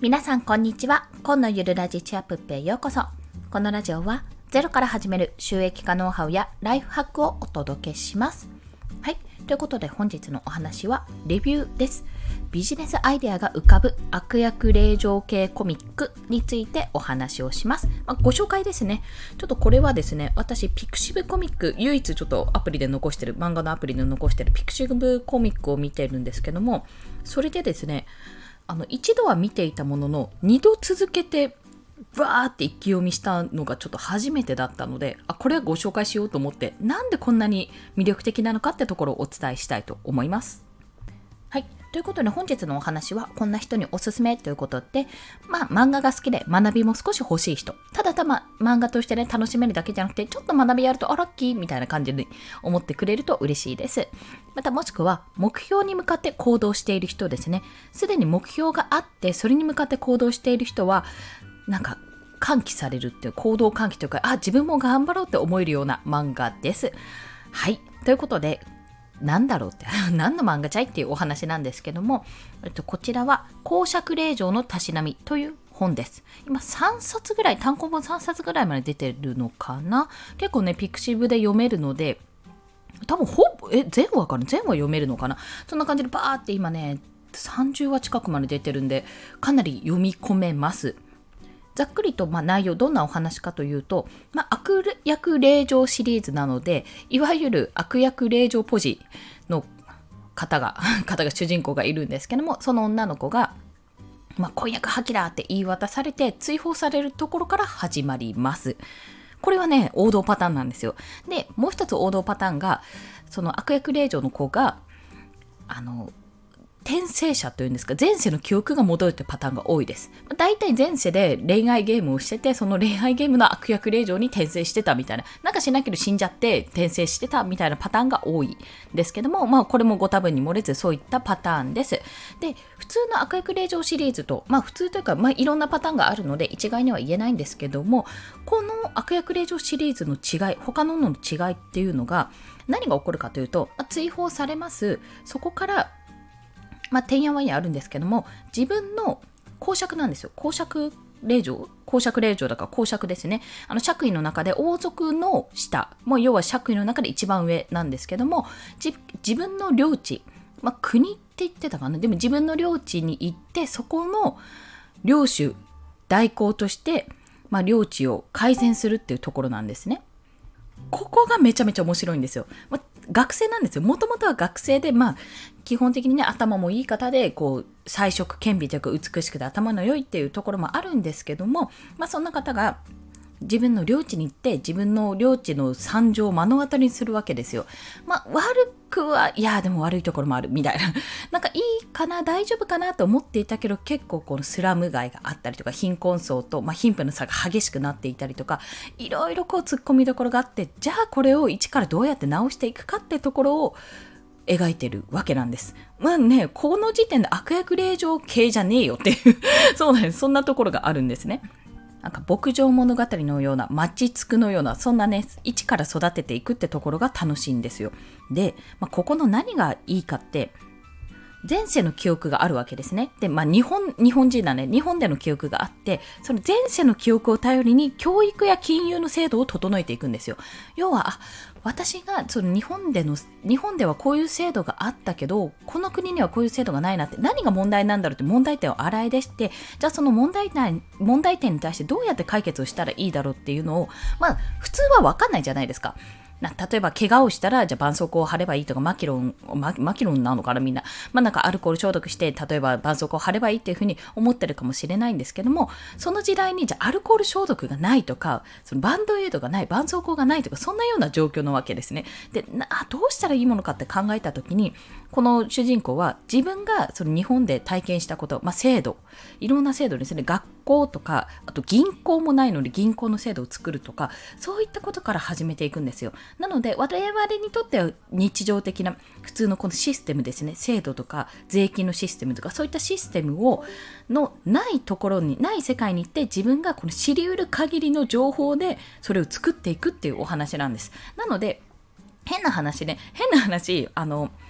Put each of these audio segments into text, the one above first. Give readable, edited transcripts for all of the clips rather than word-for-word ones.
皆さんこんにちは。今のゆるラジチアップへようこそ。このラジオはゼロから始める収益化ノウハウやライフハックをお届けします。はい、ということで本日のお話はレビューです。ビジネスアイデアが浮かぶ悪役令状系コミックについてお話をします。ご紹介ですね。ちょっとこれはですね、私ピクシブコミック、唯一ちょっとアプリで残してる、漫画のアプリで残してるピクシブコミックを見てるんですけども、それでですね、一度は見ていたものの二度続けてバーって一気読みしたのがちょっと初めてだったので、これはご紹介しようと思って、なんでこんなに魅力的なのかってところをお伝えしたいと思います。はい、ということで本日のお話はこんな人におすすめということで、漫画が好きで学びも少し欲しい人、ただ漫画としてね楽しめるだけじゃなくて、ちょっと学びやるとラッキーみたいな感じに思ってくれると嬉しいです。またもしくは目標に向かって行動している人ですね。すでに目標があってそれに向かって行動している人はなんか喚起されるっていう、行動喚起というか、自分も頑張ろうって思えるような漫画です。はい、ということでなんだろうって何の漫画ちゃいっていうお話なんですけども、こちらは公爵令状のたしなみという本です。今3冊ぐらい、単行本3冊ぐらいまで出てるのかな。結構ねピクシブで読めるので、多分全話かな、全話読めるのかな。そんな感じでバーって今ね30話近くまで出てるんで、かなり読み込めます。ざっくりと内容、どんなお話かというと、悪役令状シリーズなので、いわゆる悪役令状ポジの方が主人公がいるんですけども、その女の子が、婚約破棄だって言い渡されて追放されるところから始まります。これはね王道パターンなんですよ。でもう一つ王道パターンが、その悪役令状の子が転生者というんですか、前世の記憶が戻るってパターンが多いです。大体前世で恋愛ゲームをしてて、その恋愛ゲームの悪役令状に転生してたみたいな、なんかしなければ死んじゃって転生してたみたいなパターンが多いですけども、これもご多分に漏れずそういったパターンです。で、普通の悪役令状シリーズと、普通というか、いろんなパターンがあるので一概には言えないんですけども、この悪役令状シリーズの違い、他のの違いっていうのが何が起こるかというと、追放されます。そこからてんやわんやあるんですけども、自分の公爵なんですよ。公爵令状だから公爵ですね。爵位の中で王族の下、要は爵位の中で一番上なんですけども、自分の領地、国って言ってたかな。でも自分の領地に行って、そこの領主代行として、領地を改善するっていうところなんですね。ここがめちゃめちゃ面白いんですよ。学生なんですよ。もともとは学生で、基本的にね、頭もいい方で、才色兼備というか美しくて頭の良いっていうところもあるんですけども、そんな方が自分の領地に行って、自分の領地の惨状を目の当たりにするわけですよ。悪くは、でも悪いところもあるみたいな。なんかいいかな、大丈夫かなと思っていたけど、結構このスラム街があったりとか、貧困層と、貧富の差が激しくなっていたりとか、いろいろ突っ込みどころがあって、じゃあこれを一からどうやって直していくかってところを描いてるわけなんです。この時点で悪役令状系じゃねえよっていうそうなんです。そんなところがあるんですね。なんか牧場物語のような、マチツクのような、そんなね、一から育てていくってところが楽しいんですよ。で、ここの何がいいかって、前世の記憶があるわけですね。で、日本人だね。日本での記憶があって、その前世の記憶を頼りに教育や金融の制度を整えていくんですよ。要は、私がその日本ではこういう制度があったけど、この国にはこういう制度がないなって、何が問題なんだろうって問題点を洗い出して、じゃあその問題点に対してどうやって解決をしたらいいだろうっていうのを、普通は分かんないじゃないですか。例えば怪我をしたらじゃあ絆創膏を貼ればいいとか、マキロンなのかな、みんななんかアルコール消毒して、例えば絆創膏を貼ればいいっていうふうに思ってるかもしれないんですけども、その時代にじゃあアルコール消毒がないとか、そのバンドエイドがない、絆創膏がないとか、そんなような状況なわけですね。で、どうしたらいいものかって考えた時に、この主人公は自分がその日本で体験したこと、制度、いろんな制度ですね、学校とか、あと銀行もないので銀行の制度を作るとか、そういったことから始めていくんですよ。なので我々にとっては日常的な普通のこのシステムですね、制度とか税金のシステムとか、そういったシステムをのないところに、ない世界に行って、自分がこの知り得る限りの情報でそれを作っていくっていうお話なんです。なので変な話、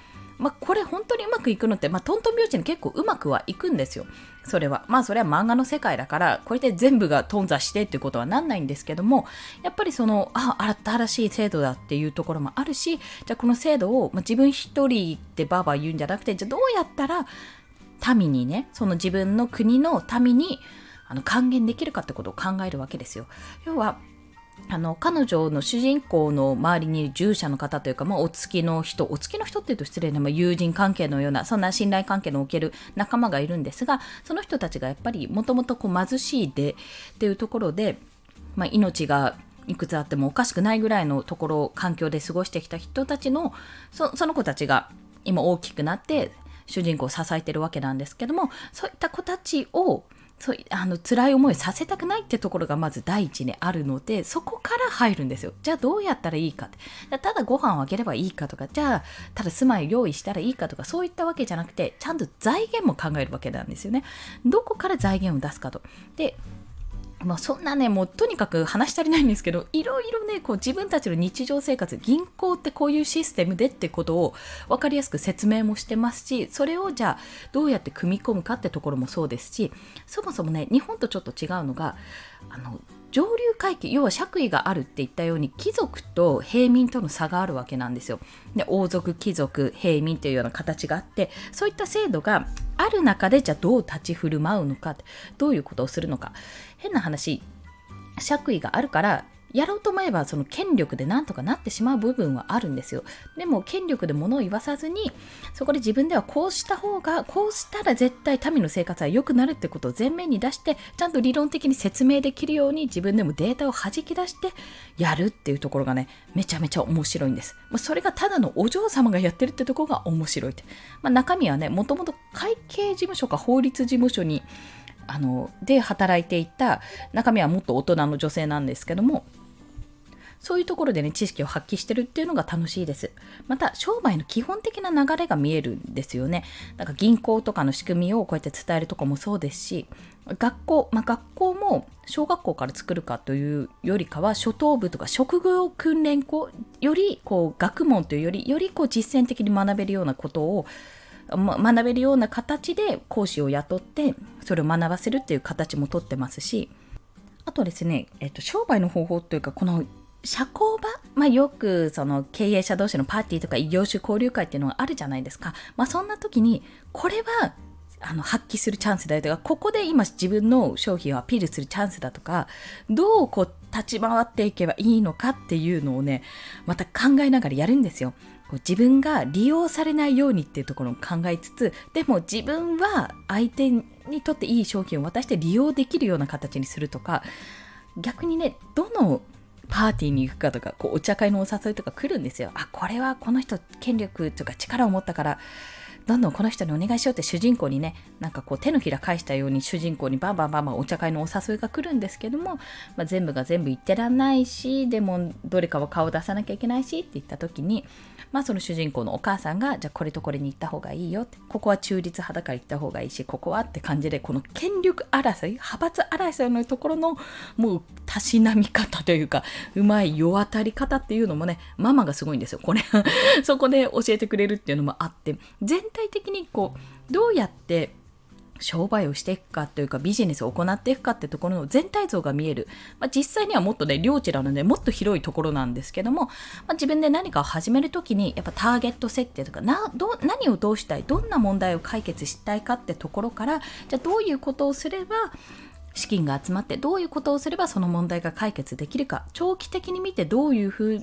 これ本当にうまくいくのって、トントン拍子に結構うまくはいくんですよ。それは漫画の世界だから、これで全部が頓挫してっていうことはなんないんですけども、やっぱり新しい制度だっていうところもあるし、じゃあこの制度を、自分一人でバーバー言うんじゃなくて、じゃあどうやったら民にね、その自分の国の民に還元できるかってことを考えるわけですよ。要は彼女の主人公の周りにいる従者の方というか、お付きの人っていうと失礼な、友人関係のような、そんな信頼関係のおける仲間がいるんですが、その人たちがやっぱりもともと貧しいっていうところで、命がいくつあってもおかしくないぐらいのところ、環境で過ごしてきた人たちの、その子たちが今大きくなって主人公を支えてるわけなんですけども、そういった子たちを辛い思いさせたくないってところがまず第一にあるので、そこから入るんですよ。じゃあどうやったらいいかって、ただご飯をあげればいいかとか、じゃあただ住まいを用意したらいいかとか、そういったわけじゃなくて、ちゃんと財源も考えるわけなんですよね。どこから財源を出すかと。でそんなね、もうとにかく話し足りないんですけど、いろいろね、自分たちの日常生活、銀行ってこういうシステムでってことを分かりやすく説明もしてますし、それをじゃあどうやって組み込むかってところもそうですし、そもそもね、日本とちょっと違うのが、上流階級、要は爵位があるって言ったように、貴族と平民との差があるわけなんですよ。で、王族、貴族、平民というような形があって、そういった制度がある中で、じゃあどう立ち振る舞うのか、どういうことをするのか。変な話、爵位があるからやろうと思えばその権力でなんとかなってしまう部分はあるんですよ。でも権力で物を言わさずに、そこで自分ではこうした方が、こうしたら絶対民の生活は良くなるってことを前面に出して、ちゃんと理論的に説明できるように自分でもデータを弾き出してやるっていうところがね、めちゃめちゃ面白いんです。それがただのお嬢様がやってるってところが面白いって。中身はね、もともと会計事務所か法律事務所にで働いていた、中身はもっと大人の女性なんですけども、そういうところでね、知識を発揮してるっていうのが楽しいです。また商売の基本的な流れが見えるんですよね。なんか銀行とかの仕組みをこうやって伝えるとかもそうですし、学校も小学校から作るかというよりかは、初等部とか職業訓練校より学問というより実践的に学べるようなことを学べるような形で講師を雇ってそれを学ばせるっていう形もとってますし、あとですね、商売の方法というか、この社交場、よくその経営者同士のパーティーとか異業種交流会っていうのがあるじゃないですか。そんな時にこれは発揮するチャンスだよとか、ここで今自分の商品をアピールするチャンスだとか、どう立ち回っていけばいいのかっていうのをね、また考えながらやるんですよ。自分が利用されないようにっていうところを考えつつ、でも自分は相手にとっていい商品を渡して利用できるような形にするとか、逆にね、どのパーティーに行くかとか、お茶会のお誘いとか来るんですよ。これはこの人権力とか力を持ったからどんどんこの人にお願いしようって主人公にね、なんか手のひら返したように主人公にバンバンお茶会のお誘いが来るんですけども、全部が全部言ってらんないし、でもどれかは顔を出さなきゃいけないしって言った時に、その主人公のお母さんが、じゃあこれとこれに行った方がいいよって、ここは中立派だから行った方がいいし、ここはって感じで、この権力争い、派閥争いのところのもうたしなみ方というか、うまい世渡り方っていうのもね、ママがすごいんですよ。これそこで教えてくれるっていうのもあって、全体的にどうやって商売をしていくかというか、ビジネスを行っていくかってところの全体像が見える。実際にはもっとね、領地なのでもっと広いところなんですけども、自分で何かを始めるときにやっぱターゲット設定とか、何をどうしたい、どんな問題を解決したいかってところから、じゃあどういうことをすれば資金が集まって、どういうことをすればその問題が解決できるか、長期的に見てどう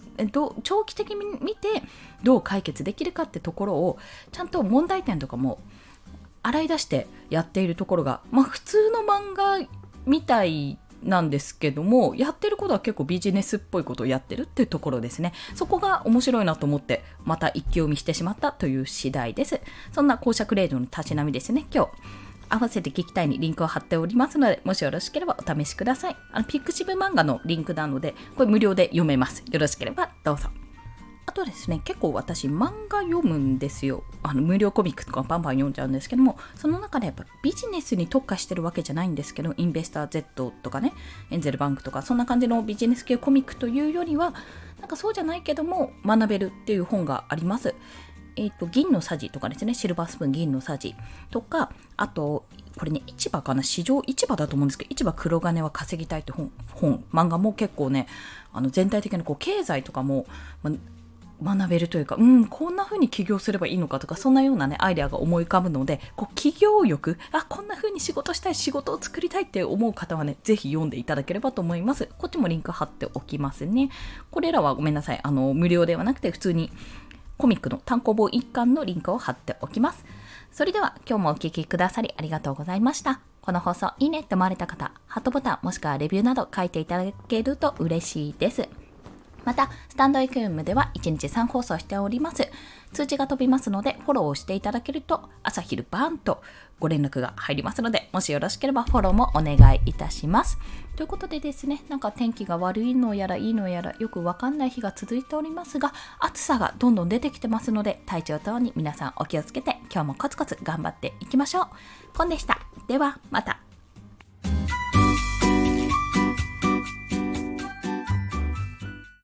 解決できるかってところを、ちゃんと問題点とかも洗い出してやっているところが、普通の漫画みたいなんですけども、やってることは結構ビジネスっぽいことをやってるっていうところですね。そこが面白いなと思って、また一気読みしてしまったという次第です。そんな公爵令嬢のたしなみですね。今日合わせて聞きたいにリンクを貼っておりますので、もしよろしければお試しください。ピクシブ漫画のリンクなので、これ無料で読めます。よろしければどうぞ。あとですね、結構私漫画読むんですよ。無料コミックとかバンバン読んじゃうんですけども、その中でやっぱビジネスに特化してるわけじゃないんですけど、インベスター Z とかね、エンゼルバンクとか、そんな感じのビジネス系コミックというよりは、なんかそうじゃないけども学べるっていう本があります。 銀のさじとかですね、シルバースプーン銀のさじとか、あとこれね、市場かな、市場市場だと思うんですけど、市場黒金は稼ぎたいって漫画も結構ね、全体的なこう経済とかも、学べるというか、こんな風に起業すればいいのかとか、そんなようなね、アイデアが思い浮かぶので、こう起業欲、こんな風に仕事したい、仕事を作りたいって思う方はね、ぜひ読んでいただければと思います。こっちもリンク貼っておきますね。これらはごめんなさい、無料ではなくて普通にコミックの単行本一巻のリンクを貼っておきます。それでは今日もお聞きくださりありがとうございました。この放送いいねって思われた方、ハートボタンもしくはレビューなど書いていただけると嬉しいです。また、スタンド FM では1日3放送しております。通知が飛びますので、フォローをしていただけると、朝昼晩とご連絡が入りますので、もしよろしければフォローもお願いいたします。ということでですね、なんか天気が悪いのやらいいのやらよくわかんない日が続いておりますが、暑さがどんどん出てきてますので、体調等に皆さんお気をつけて、今日もコツコツ頑張っていきましょう。コンでした。では、また。